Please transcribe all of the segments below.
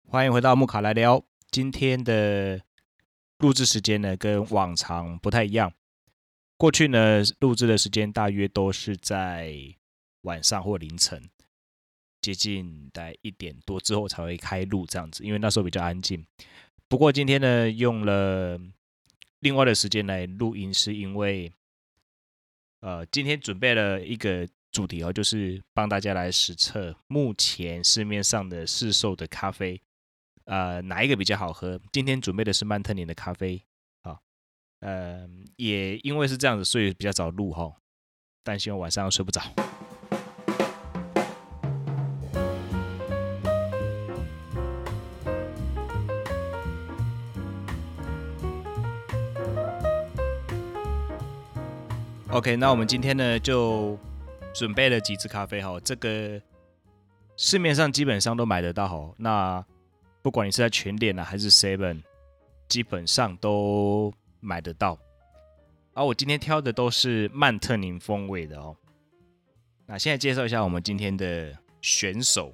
欢迎回到木卡来聊。今天的录制时间呢，跟往常不太一样。过去呢，录制的时间大约都是在晚上或凌晨，接近大概1点多之后才会开录这样子，因为那时候比较安静。不过今天呢，用了另外的时间来录音，是因为今天准备了一个主题哦，就是帮大家来实测目前市面上的市售的咖啡。哪一个比较好喝？今天准备的是曼特宁的咖啡，好，也因为是这样子，所以比较早录哈，担心我晚上睡不着。OK，那我们今天呢就准备了几支咖啡哈，这个市面上基本上都买得到哈，那不管你是在全联啊还是 Seven，基本上都买得到。而我今天挑的都是曼特宁风味的哦。那现在介绍一下我们今天的选手，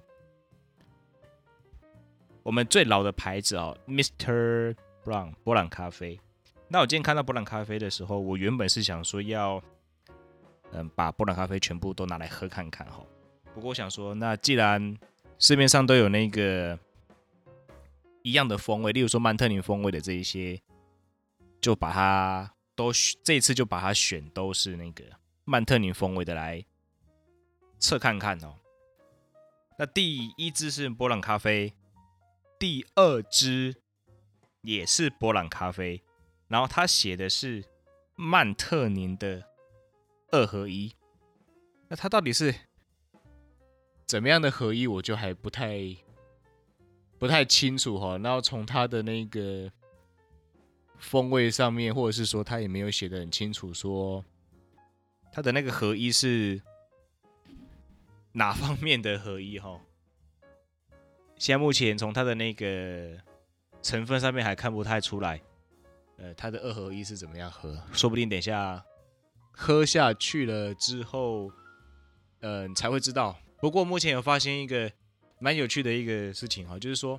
我们最老的牌子哦，Mr. Brown 波朗咖啡。那我今天看到波朗咖啡的时候，我原本是想说要，把波朗咖啡全部都拿来喝看看哈。不过我想说，那既然市面上都有那个一样的风味，例如说曼特宁风味的这一些，就把它都这一次就把它选都是那个曼特宁风味的来测看看哦。那第一支是波朗咖啡，第二支也是波朗咖啡，然后它写的是曼特宁的2合1，那它到底是怎么样的合一，我就还不太清楚哈。然后从它的那个风味上面，或者是说它也没有写得很清楚，说它的那个合一是哪方面的合一哈。现在目前从它的那个成分上面还看不太出来，它的2合1是怎么样喝，说不定等一下喝下去了之后，才会知道。不过目前有发现一个蛮有趣的一个事情哈，就是说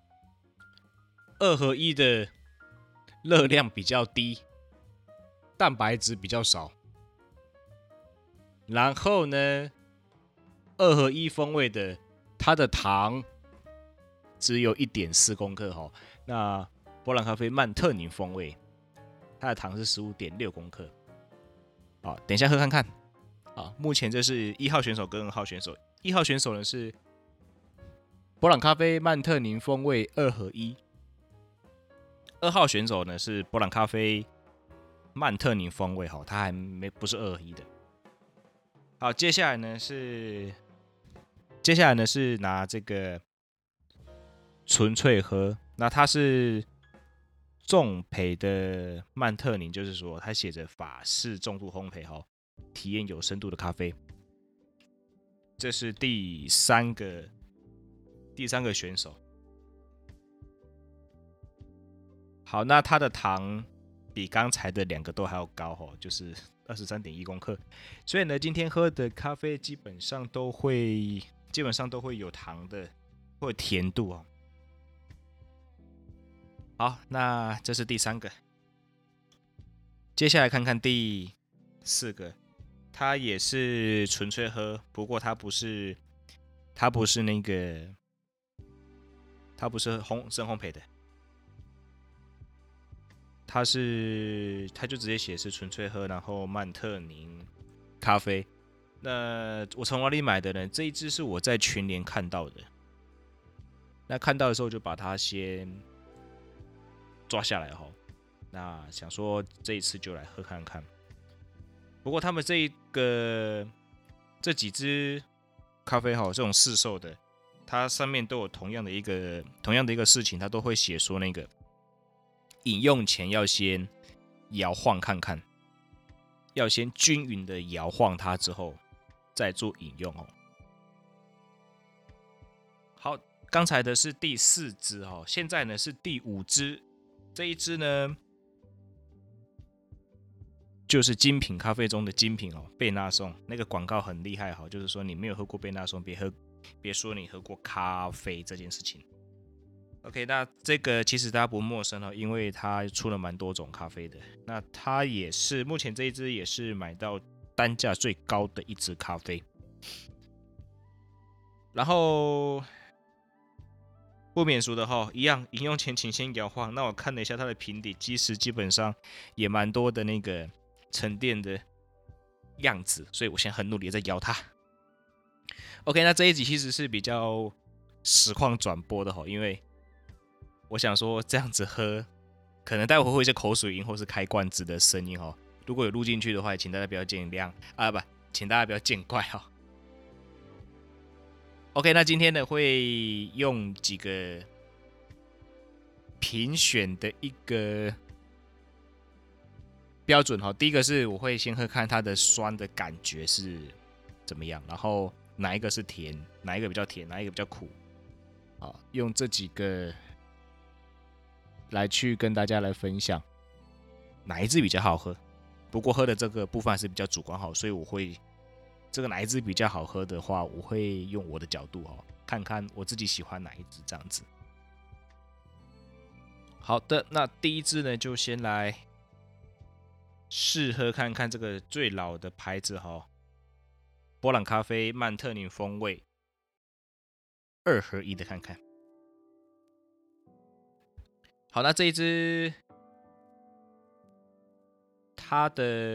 2合1的热量比较低，蛋白质比较少，然后呢，2合1风味的它的糖只有1.4公克哈，那波朗咖啡曼特宁风味，它的糖是15.6公克。好，等一下喝看看。好，目前这是1号选手跟2号选手。1号选手呢是波朗咖啡曼特宁风味2合1，2号选手呢是波朗咖啡曼特宁风味哈，它还不是2合1的。好，接下来呢是拿这个纯粹喝，那它是重焙的曼特宁，就是说它写着法式重度烘焙哈，体验有深度的咖啡。这是第三个选手。好，那它的糖比刚才的2个都还要高哈，就是23.1公克。所以呢，今天喝的咖啡基本上都会有糖的或甜度哦。好，那这是第3个。接下来看看第4个，它也是纯粹喝，不过它不是那个，它不是深烘焙的，它就直接写是纯粹喝，然后曼特宁咖啡。那我从哪里买的呢？这一支是我在全联看到的。那看到的时候就把它先抓下来哈。那想说这一次就来喝看看。不过他们这几支咖啡哈，这种市售的，它上面都有同样的一个事情，它都会写说那个饮用前要先摇晃看看，要先均匀的摇晃它之后再做饮用哦。好，刚才的是第4支哦，现在呢是第5支，这一支呢就是精品咖啡中的精品哦，贝纳颂那个广告很厉害哈，就是说你没有喝过贝纳颂，别说你喝过咖啡这件事情。 OK，那这个其实大家不陌生哦，因为它出了蛮多种咖啡的。那它也是目前这一支也是买到单价最高的一支咖啡。然后不免俗的哈，一样饮用前请先摇晃。那我看了一下它的瓶底，其实基本上也蛮多的那个沉淀的样子，所以我现在很努力在摇它。OK， 那这一集其实是比较实况转播的哈，因为我想说这样子喝，可能待会会有一些口水音或是开罐子的声音哦。如果有录进去的话，请大家不要见谅啊，不，请大家不要见怪哦。OK， 那今天呢会用几个评选的一个标准哈。第一个是我会先喝看它的酸的感觉是怎么样，然后哪一个是甜，哪一个比较甜，哪一个比较苦，啊，用这几个来去跟大家来分享哪一支比较好喝。不过喝的这个部分还是比较主观好，所以我会这个哪一支比较好喝的话，我会用我的角度哦，看看我自己喜欢哪一支这样子。好的，那第一支呢，就先来试喝看看这个最老的牌子哈，波朗咖啡曼特宁风味2合1的看看。好，那这一支它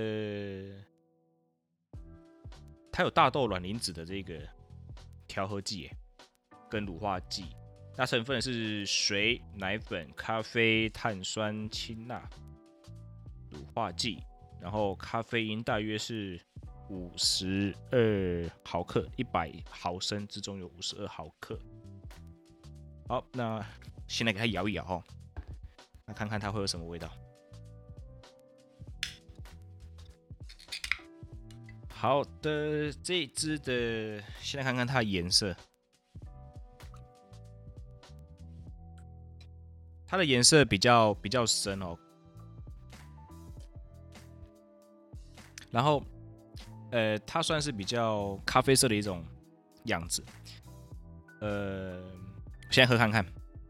有大豆卵磷脂的这个调和剂跟乳化剂，那成分是水、奶粉、咖啡、碳酸氢钠、乳化剂，然后咖啡因大约是52毫克，100毫升之中有52毫克。好，那先来给它摇一摇哦，那看看它会有什么味道。好的，这一支的，先来看看它的颜色。它的颜色比较深哦，然后它算是比较咖啡色的一种样子。现在喝看看。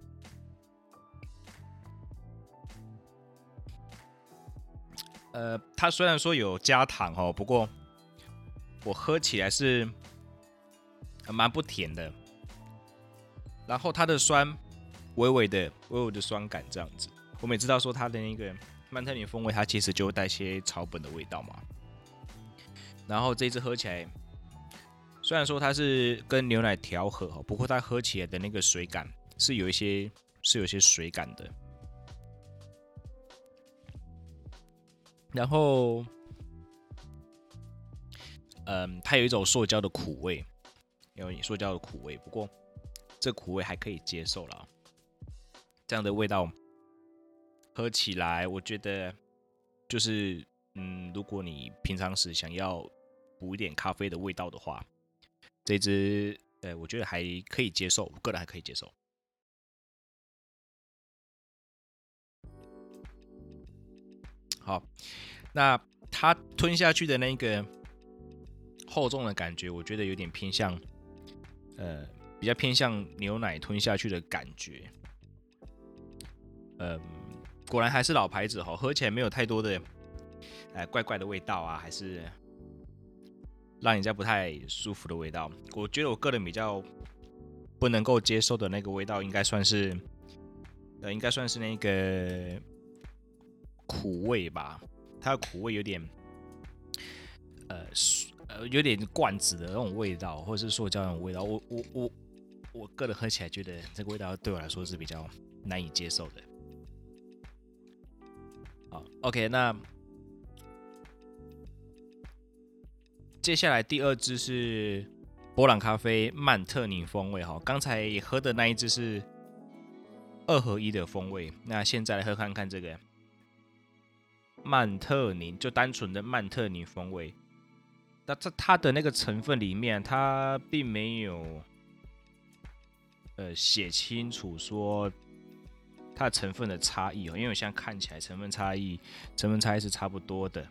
它虽然说有加糖哦，不过我喝起来是蛮不甜的。然后它的酸微微的酸感这样子。我们也知道说它的那个曼特宁风味，它其实就会带些草本的味道嘛。然后这一支喝起来，虽然说它是跟牛奶调和，不过它喝起来的那个水感是有一些水感的。然后，它有一种塑胶的苦味，不过这苦味还可以接受啦。这样的味道喝起来，我觉得就是，如果你平常时想要补一点咖啡的味道的话，这支我觉得还可以接受，我个人还可以接受。好，那它吞下去的那个厚重的感觉，我觉得有点偏向，比较偏向牛奶吞下去的感觉。果然还是老牌子哈，喝起来没有太多的，怪怪的味道啊，还是让人家不太舒服的味道。我觉得我个人比较不能够接受的那个味道，应该算是那个苦味吧。它的苦味有点，有点罐子的那种味道，或者是塑胶那种味道。我个人喝起来觉得这个味道对我来说是比较难以接受的。好 ，OK， 那接下来第二支是波朗咖啡曼特宁风味哈，刚才喝的那一支是2合1的风味，那现在来喝看看这个曼特宁，就单纯的曼特宁风味。那它的那个成分里面，它并没有写清楚说它的成分的差异哦，因为我现在看起来成分差异是差不多的，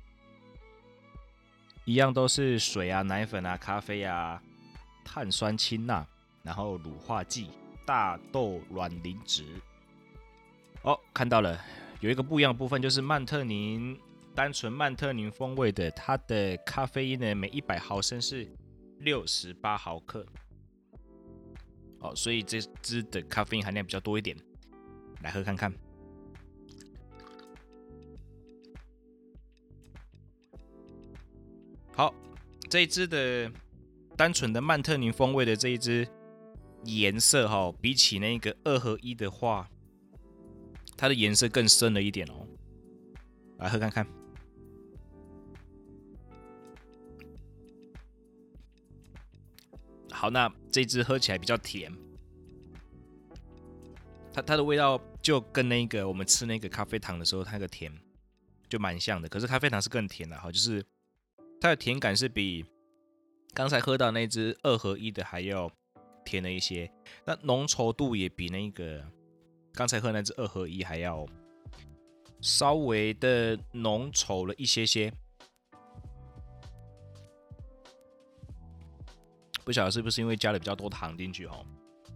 一样都是水啊、奶粉啊、咖啡啊、碳酸氢钠，然后乳化剂大豆卵磷脂。哦，看到了，有一个不一样的部分，就是曼特宁单纯曼特宁风味的，它的咖啡因呢，每100毫升是68毫克。哦，所以这支的咖啡因含量比较多一点，来喝看看。好，这一支的单纯的曼特宁风味的这一支颜色哈，比起那个2合1的话，它的颜色更深了一点哦。来喝看看。好，那这支喝起来比较甜，它的味道就跟那个我们吃那个咖啡糖的时候，它那个甜就蛮像的。可是咖啡糖是更甜的哈，就是它的甜感是比刚才喝到那支2合1的还要甜了一些。那浓稠度也比那个刚才喝那支2合1还要稍微的浓稠了一些些。不晓得是不是因为加了比较多糖进去哦。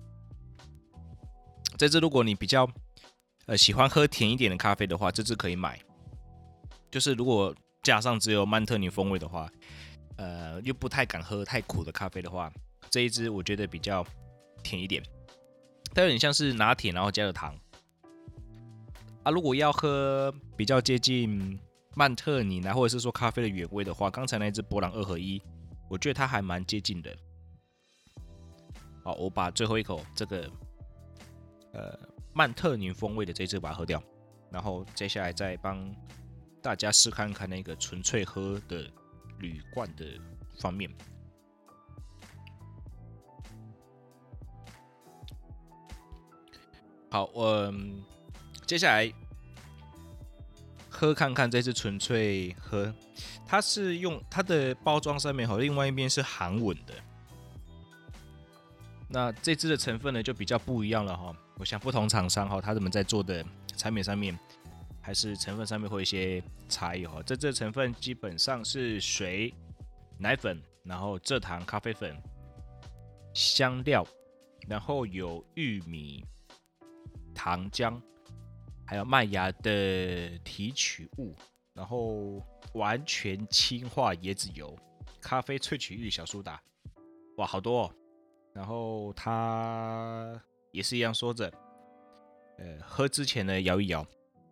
这支如果你比较喜欢喝甜一点的咖啡的话，这支可以买。就是如果加上只有曼特宁风味的话，又不太敢喝太苦的咖啡的话，这一支我觉得比较甜一点，它有点像是拿铁然后加了糖。啊，如果要喝比较接近曼特宁啊，或者是说咖啡的原味的话，刚才那支波朗2合1，我觉得它还蛮接近的。好，我把最后一口这个曼特宁风味的这支把它喝掉，然后接下来再帮大家试看看那个纯粹喝的铝罐的方面。好，接下来喝看看这支纯粹喝，它是用它的包装上面好，另外一边是韩文的。那这支的成分呢就比较不一样了哈。我想不同厂商哈，他们在做的产品上面，还是成分上面会有一些差异哈。这支成分基本上是水、奶粉，然后蔗糖、咖啡粉、香料，然后有玉米、糖浆，还有麦芽的提取物，然后完全氢化椰子油、咖啡萃取液、小苏打，哇，好多哦。然后它也是一样说着，喝之前呢摇一摇。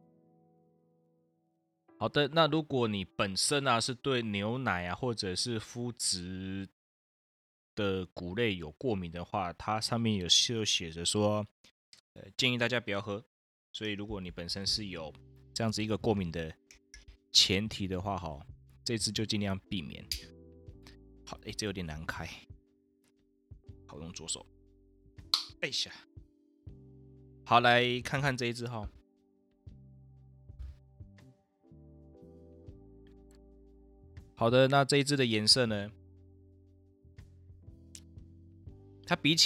好的，那如果你本身啊是对牛奶啊或者是麸质的谷类有过敏的话，它上面有写着说，建议大家不要喝。所以如果你本身是有这样子一个过敏的前提的话，哈，这支就尽量避免。好，这有点难开。好，用左手，哎呀，好，来看看这一支哈。好的，那这一支的颜色呢？它比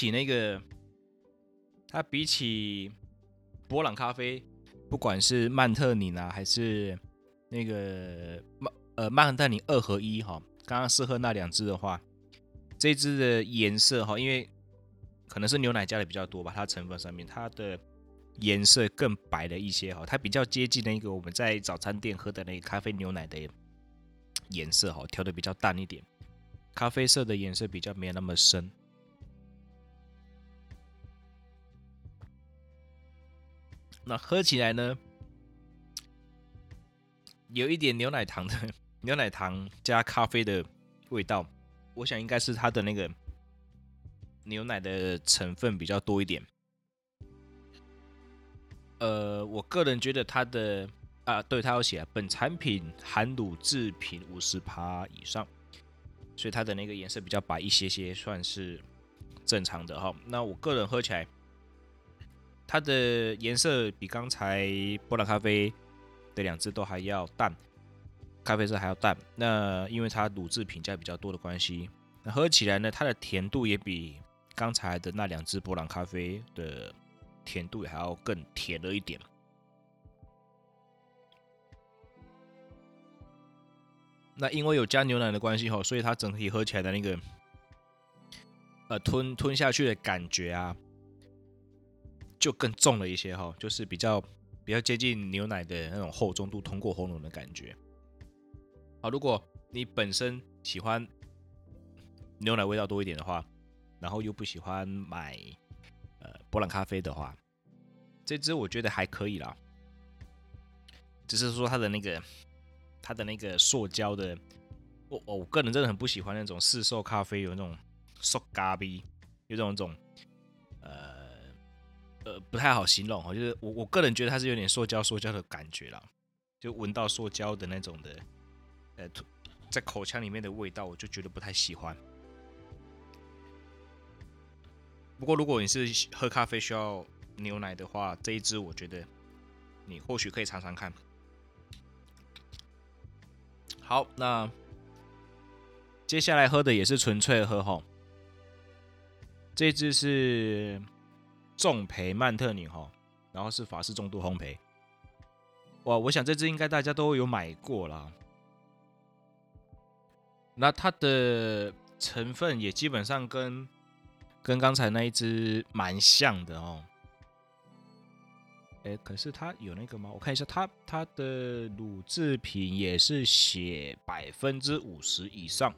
起波朗咖啡，不管是曼特宁啊，还是那个曼特宁2合1哈，刚刚试喝那2支的话，这支的颜色哈，因为可能是牛奶加的比较多吧，它成分上面它的颜色更白了一些哈，它比较接近那个我们在早餐店喝的那个咖啡牛奶的颜色哈，调的比较淡一点，咖啡色的颜色比较没有那么深。那喝起来呢，有一点牛奶糖的牛奶糖加咖啡的味道，我想应该是它的那个牛奶的成分比较多一点。我个人觉得它的对，它有写本产品含乳制品50%以上，所以它的那个颜色比较白一些些，算是正常的哈。那我个人喝起来，它的颜色比刚才波朗咖啡的2支都还要淡，咖啡色还要淡。那因为它乳制品加比较多的关系，那喝起来呢，它的甜度也比刚才的那2支波朗咖啡的甜度也还要更甜了一点。那因为有加牛奶的关系哈，所以它整体喝起来的那个吞下去的感觉啊， 就更重了一些哈，就是比较接近牛奶的那种厚重度通过喉咙的感觉。好，如果你本身喜欢牛奶味道多一点的话，然后又不喜欢买波兰咖啡的话，这支我觉得还可以啦。只是说它的那个塑胶的，我个人真的很不喜欢那种市售咖啡有那种塑咖啡，有这种不太好形容哦，就是我个人觉得它是有点塑胶的感觉啦，就闻到塑胶的那种的，在口腔里面的味道，我就觉得不太喜欢。不过如果你是喝咖啡需要牛奶的话，这一支我觉得你或许可以尝尝看。好，那接下来喝的也是纯粹喝哈，这一支是重焙曼特宁哈，然后是法式重度烘焙。哇，我想这支应该大家都有买过啦。那它的成分也基本上跟刚才那一支蛮像的哦。可是它有那个吗？我看一下，它的乳制品也是写50%以上。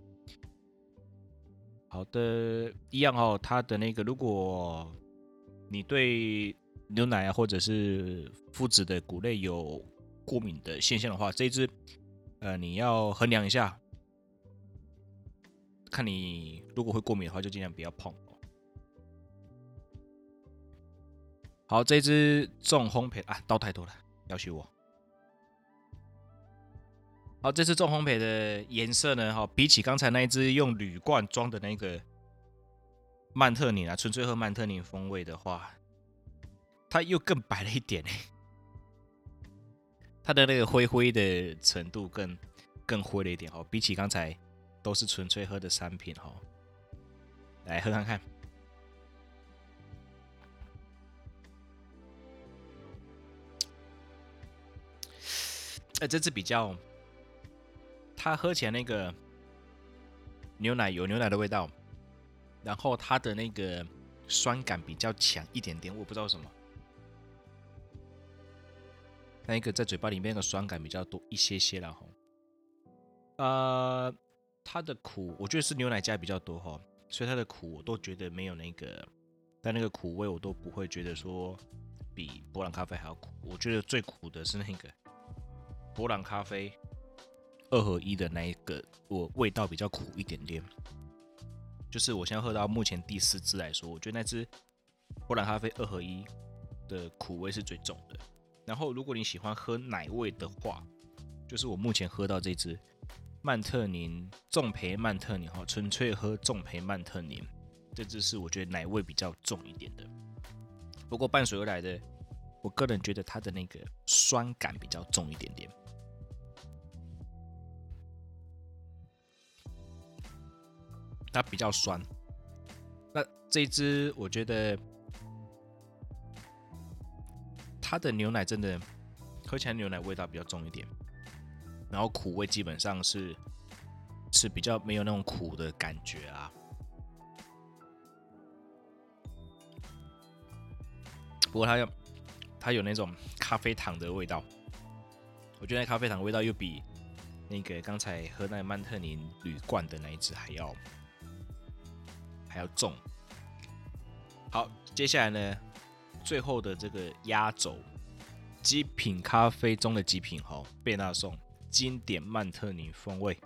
好的，一样哦。它的那个，如果你对牛奶啊或者是麸质的谷类有过敏的现象的话，这一支你要衡量一下，看你如果会过敏的话，就尽量不要碰。好，这支重烘焙啊，倒太多了，要许我。好，这次重烘焙的颜色呢，比起刚才那一支用铝罐装的那个曼特宁啊，纯粹喝曼特宁风味的话，它又更白了一点。它的那个灰的程度更灰了一点，比起刚才都是纯粹喝的3瓶，来喝看看。这支比较，它喝起来那个牛奶有牛奶的味道，然后它的那个酸感比较强一点点，我不知道为什么。那一个在嘴巴里面的酸感比较多一些啦它的苦我觉得是牛奶加比较多所以它的苦我都觉得没有那个，但那个苦味我都不会觉得说比波兰咖啡还要苦。我觉得最苦的是那个波兰咖啡2合1的那一个，我味道比较苦一点点。就是我现在喝到目前第4支来说，我觉得那支波兰咖啡2合1的苦味是最重的。然后如果你喜欢喝奶味的话，就是我目前喝到这支曼特宁重焙曼特宁纯粹喝重焙曼特宁，这支是我觉得奶味比较重一点的。不过伴随而来的，我个人觉得它的那个酸感比较重一点点。它比较酸。那这一支我觉得它的牛奶真的喝起来牛奶味道比较重一点，然后苦味基本上是比较没有那种苦的感觉啊。不过它有那种咖啡糖的味道，我觉得那咖啡糖的味道又比那个刚才喝那个曼特宁铝罐的那一支还要重。好，接下来呢，最后的这个压轴，极品咖啡中的极品贝纳颂经典曼特宁风味。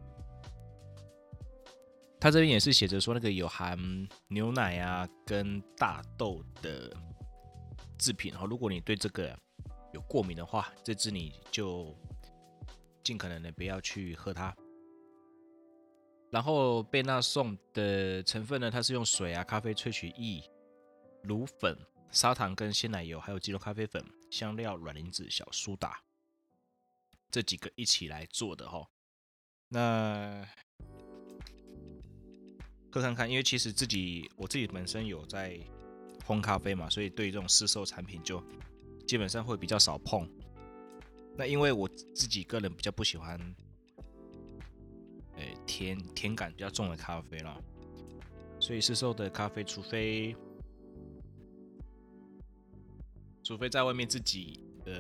它这边也是写着说那个有含牛奶啊跟大豆的制品，如果你对这个有过敏的话，这支你就尽可能的不要去喝它。然后贝纳颂的成分呢，它是用水啊、咖啡萃取液、乳粉、砂糖跟鲜奶油，还有鸡肉咖啡粉、香料、卵磷脂、小苏打这几个一起来做的那喝看看，因为其实我自己本身有在烘咖啡嘛，所以对于这种市售产品就基本上会比较少碰。那因为我自己个人比较不喜欢甜感比较重的咖啡啦，所以市售的咖啡除非除非在外面自己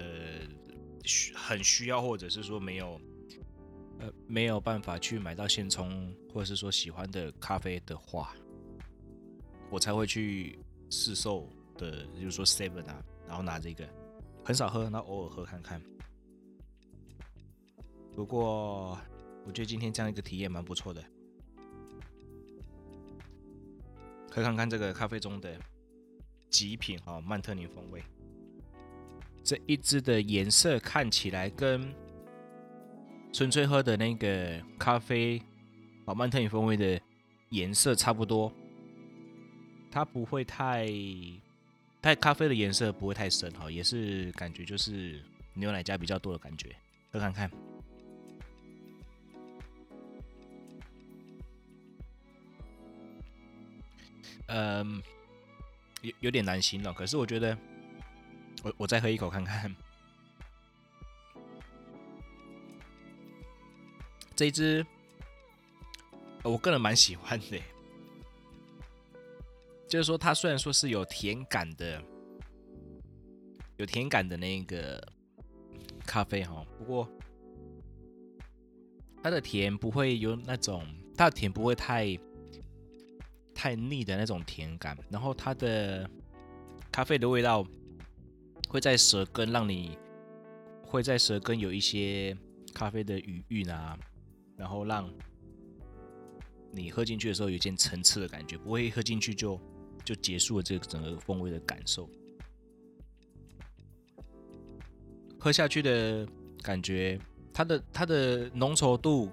很需要，或者是说没有办法去买到现冲，或者是说喜欢的咖啡的话，我才会去市售的，比如说 Seven 啊，然后拿这个，很少喝，然后偶尔喝看看。不过我觉得今天这样一个体验蛮不错的，喝看看这个咖啡中的极品曼特宁风味。这一支的颜色看起来跟纯粹喝的那个咖啡曼特宁风味的颜色差不多，它不会太咖啡的颜色不会太深哈，也是感觉就是牛奶加比较多的感觉，喝看看。有点难形容，可是我觉得我再喝一口看看。这一支我个人蛮喜欢的，就是说它虽然说是有甜感的那个咖啡哈，不过它的甜不会有那种，它的甜不会太腻的那种甜感，然后它的咖啡的味道会在舌根有一些咖啡的余韵啊，然后让你喝进去的时候有一件层次的感觉，不会喝进去就结束了这个整个风味的感受。喝下去的感觉，它的浓稠度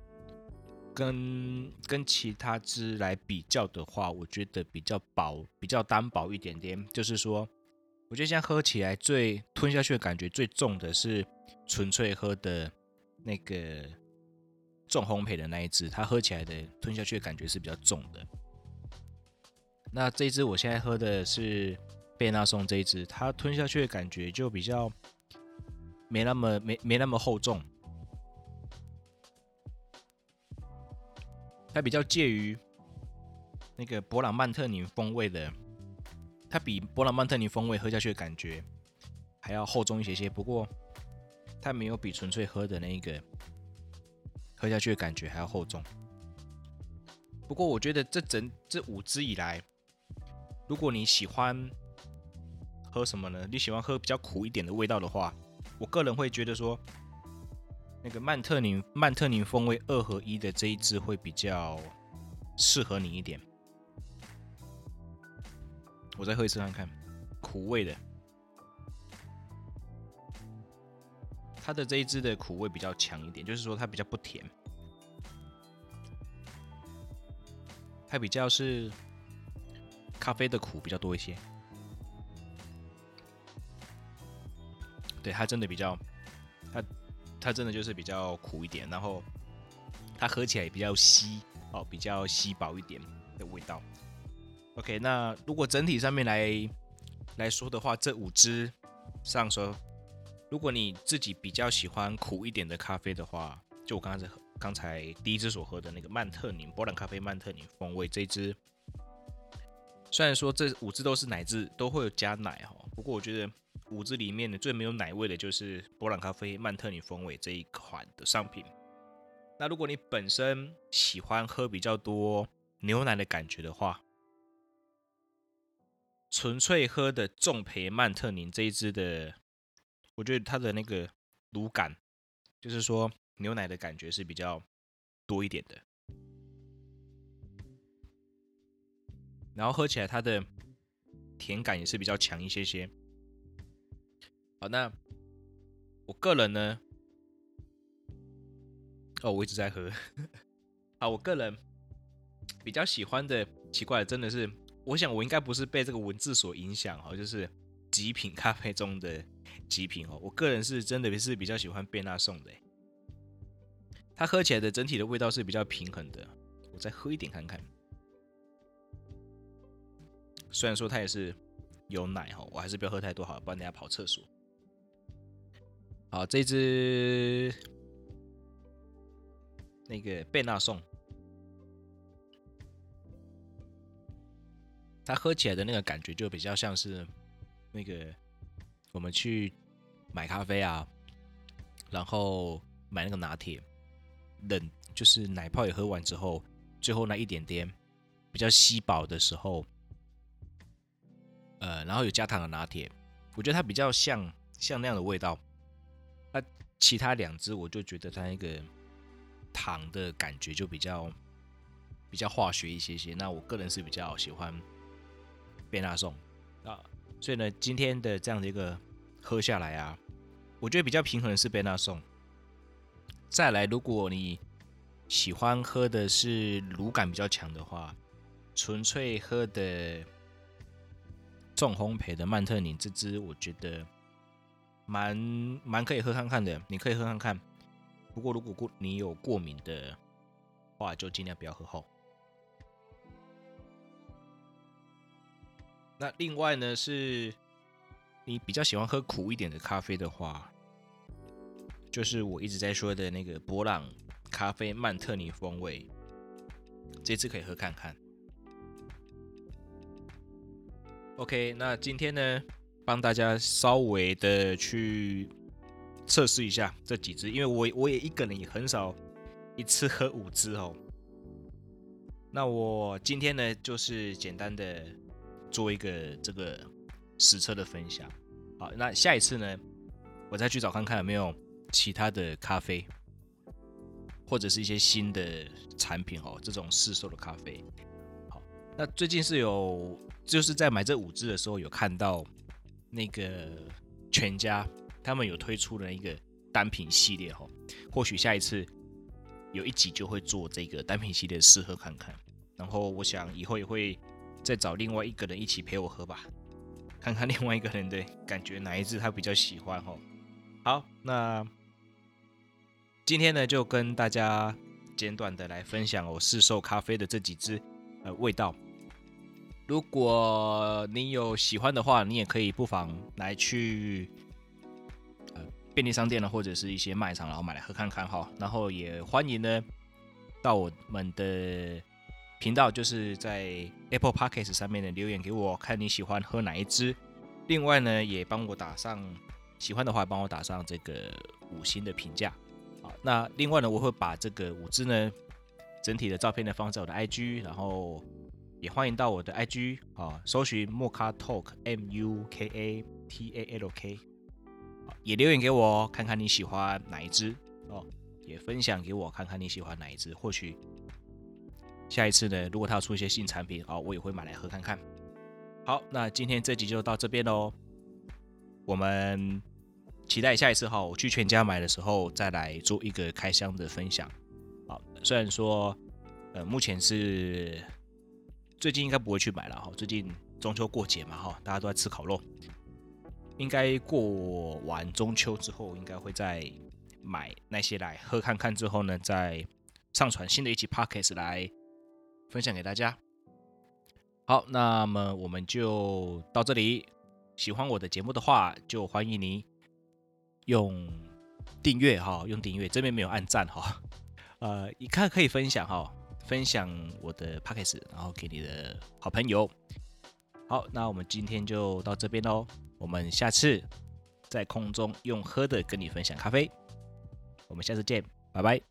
跟其他支来比较的话，我觉得比较薄，比较单薄一点点。就是说，我觉得现在喝起来最吞下去的感觉最重的是纯粹喝的那个重烘焙的那一支，它喝起来的吞下去的感觉是比较重的。那这一支我现在喝的是贝纳颂这一支，它吞下去的感觉就比较没那么厚重，它比较介于那个勃朗曼特宁风味的，它比勃朗曼特宁风味喝下去的感觉还要厚重一些些，不过它没有比纯粹喝的那个喝下去的感觉还要厚重。不过我觉得这5支以来，如果你喜欢喝什么呢？你喜欢喝比较苦一点的味道的话，我个人会觉得说，那个曼特宁风味2合1的这一支会比较适合你一点。我再喝一次看看，苦味的，它的这一支的苦味比较强一点，就是说它比较不甜，它比较是咖啡的苦比较多一些。对，它真的比较，它真的就是比较苦一点，然后它喝起来也比较稀比较稀薄一点的味道。OK， 那如果整体上面来说的话，这5支上说，如果你自己比较喜欢苦一点的咖啡的话，就我刚才第一支所喝的那个曼特宁波兰咖啡曼特宁风味这一支，虽然说这5支都是奶制，都会有加奶不过我觉得5支里面的最没有奶味的就是波兰咖啡曼特宁风味这一款的商品。那如果你本身喜欢喝比较多牛奶的感觉的话，纯粹喝的重焙曼特宁这一支的，我觉得它的那个乳感，就是说牛奶的感觉是比较多一点的，然后喝起来它的甜感也是比较强一些些。好，那我个人呢，我一直在喝。好，我个人比较喜欢的，奇怪的真的是，我想我应该不是被这个文字所影响就是极品咖啡中的极品我个人是真的是比较喜欢贝纳颂的，它喝起来的整体的味道是比较平衡的。我再喝一点看看，虽然说它也是有奶我还是不要喝太多好了，不然等下跑厕所。好，这支那个贝纳颂，它喝起来的那个感觉就比较像是那个我们去买咖啡啊，然后买那个拿铁，就是奶泡也喝完之后，最后那一点点比较稀薄的时候，然后有加糖的拿铁，我觉得它比较像那样的味道。那其他2支我就觉得它那个糖的感觉就比较化学一些。那我个人是比较喜欢贝纳颂啊，所以呢，今天的这样的一个喝下来啊，我觉得比较平衡的是贝纳颂。再来，如果你喜欢喝的是乳感比较强的话，纯粹喝的重烘焙的曼特宁这支，我觉得蛮可以喝看看的，你可以喝看看。不过如果你有过敏的话，就尽量不要喝后。那另外呢，是你比较喜欢喝苦一点的咖啡的话，就是我一直在说的那个伯朗咖啡曼特宁风味，这次可以喝看看。OK， 那今天呢，帮大家稍微的去测试一下这几支，因为我也一个人也很少一次喝5支哦。那我今天呢，就是简单的做一个这个实测的分享。好，那下一次呢，我再去找看看有没有其他的咖啡，或者是一些新的产品哦，这种市售的咖啡。好，那最近是就是在买这5支的时候，有看到那个全家他们有推出了一个单品系列哦，或许下一次有一集就会做这个单品系列试喝看看。然后我想以后也会再找另外一个人一起陪我喝吧，看看另外一个人的感觉哪一支他比较喜欢哦。好，那今天呢就跟大家简短的来分享我市售咖啡的这几支味道。如果你有喜欢的话，你也可以不妨来去便利商店或者是一些卖场，然后买来喝看看哈。然后也欢迎呢到我们的频道，就是在 Apple Podcast 上面的留言给我，看你喜欢喝哪一支。另外呢，也帮我打上喜欢的话，帮我打上这个5星的评价。好，那另外呢，我会把这个5支呢整体的照片呢放在我的 IG， 然后也欢迎到我的 IG 搜寻 Mocha Talk MUKATALK， 也留言给我看看你喜欢哪一支哦，也分享给我看看你喜欢哪一支，或许下一次呢，如果他要出一些新产品我也会买来喝看看。好，那今天这集就到这边咯，我们期待下一次我去全家买的时候再来做一个开箱的分享。好，虽然说目前是最近应该不会去买了，最近中秋过节嘛，大家都在吃烤肉，应该过完中秋之后应该会再买那些来喝看看，之后呢再上传新的一期 Podcast 来分享给大家。好，那么我们就到这里，喜欢我的节目的话就欢迎你用订阅用订阅，这边没有按赞你看可以分享分享我的 Podcast， 然后给你的好朋友。好，那我们今天就到这边咯，我们下次在空中用喝的跟你分享咖啡，我们下次见，拜拜。